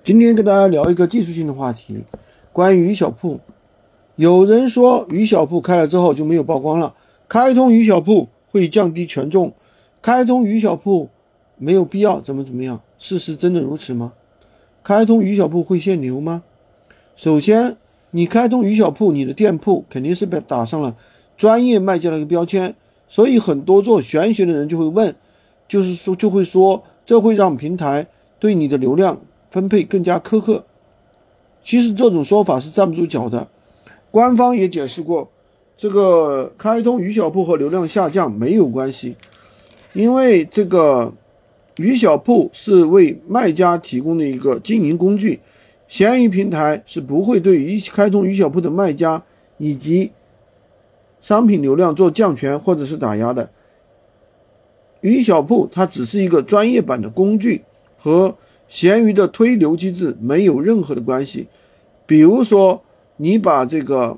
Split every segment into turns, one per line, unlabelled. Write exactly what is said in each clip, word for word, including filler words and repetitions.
今天跟大家聊一个技术性的话题，关于鱼小铺。有人说鱼小铺开了之后就没有曝光了，开通鱼小铺会降低权重，开通鱼小铺没有必要怎么怎么样，事实真的如此吗？开通鱼小铺会限流吗？首先，你开通鱼小铺，你的店铺肯定是被打上了专业卖家的一个标签，所以很多做玄学的人就会问，就是说就会说这会让平台对你的流量分配更加苛刻。其实这种说法是站不住脚的，官方也解释过，这个开通鱼小铺和流量下降没有关系，因为这个鱼小铺是为卖家提供的一个经营工具，闲鱼平台是不会对于开通鱼小铺的卖家以及商品流量做降权或者是打压的。鱼小铺它只是一个专业版的工具，和闲鱼的推流机制没有任何的关系。比如说你把这个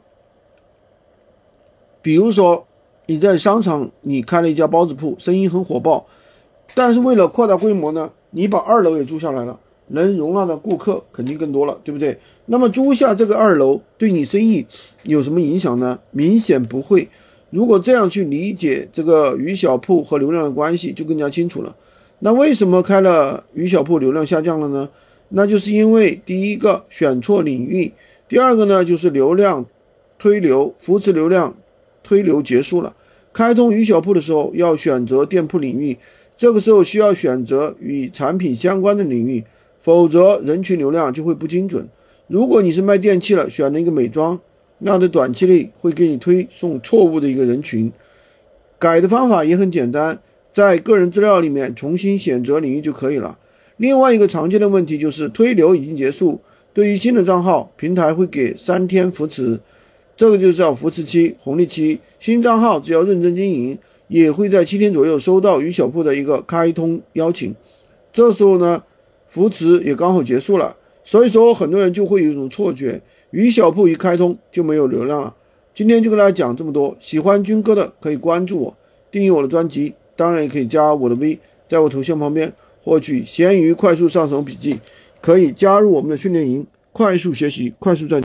比如说你在商场你开了一家包子铺，生意很火爆，但是为了扩大规模呢，你把二楼也租下来了，能容纳的顾客肯定更多了，对不对？那么租下这个二楼对你生意有什么影响呢？明显不会。如果这样去理解这个鱼小铺和流量的关系就更加清楚了。那为什么开了鱼小铺流量下降了呢？那就是因为第一个选错领域，第二个呢就是流量推流扶持流量推流结束了。开通鱼小铺的时候要选择店铺领域，这个时候需要选择与产品相关的领域，否则人群流量就会不精准。如果你是卖电器了，选了一个美妆，那的短期内会给你推送错误的一个人群。改的方法也很简单，在个人资料里面重新选择领域就可以了。另外一个常见的问题就是推流已经结束，对于新的账号，平台会给三天扶持，这个就叫扶持期、红利期。新账号只要认真经营，也会在七天左右收到鱼小铺的一个开通邀请，这时候呢，扶持也刚好结束了。所以说很多人就会有一种错觉，鱼小铺一开通就没有流量了。今天就跟大家讲这么多，喜欢军哥的可以关注我，订阅我的专辑，当然也可以加我的 V， 在我头像旁边获取闲鱼快速上手笔记，可以加入我们的训练营，快速学习，快速赚钱。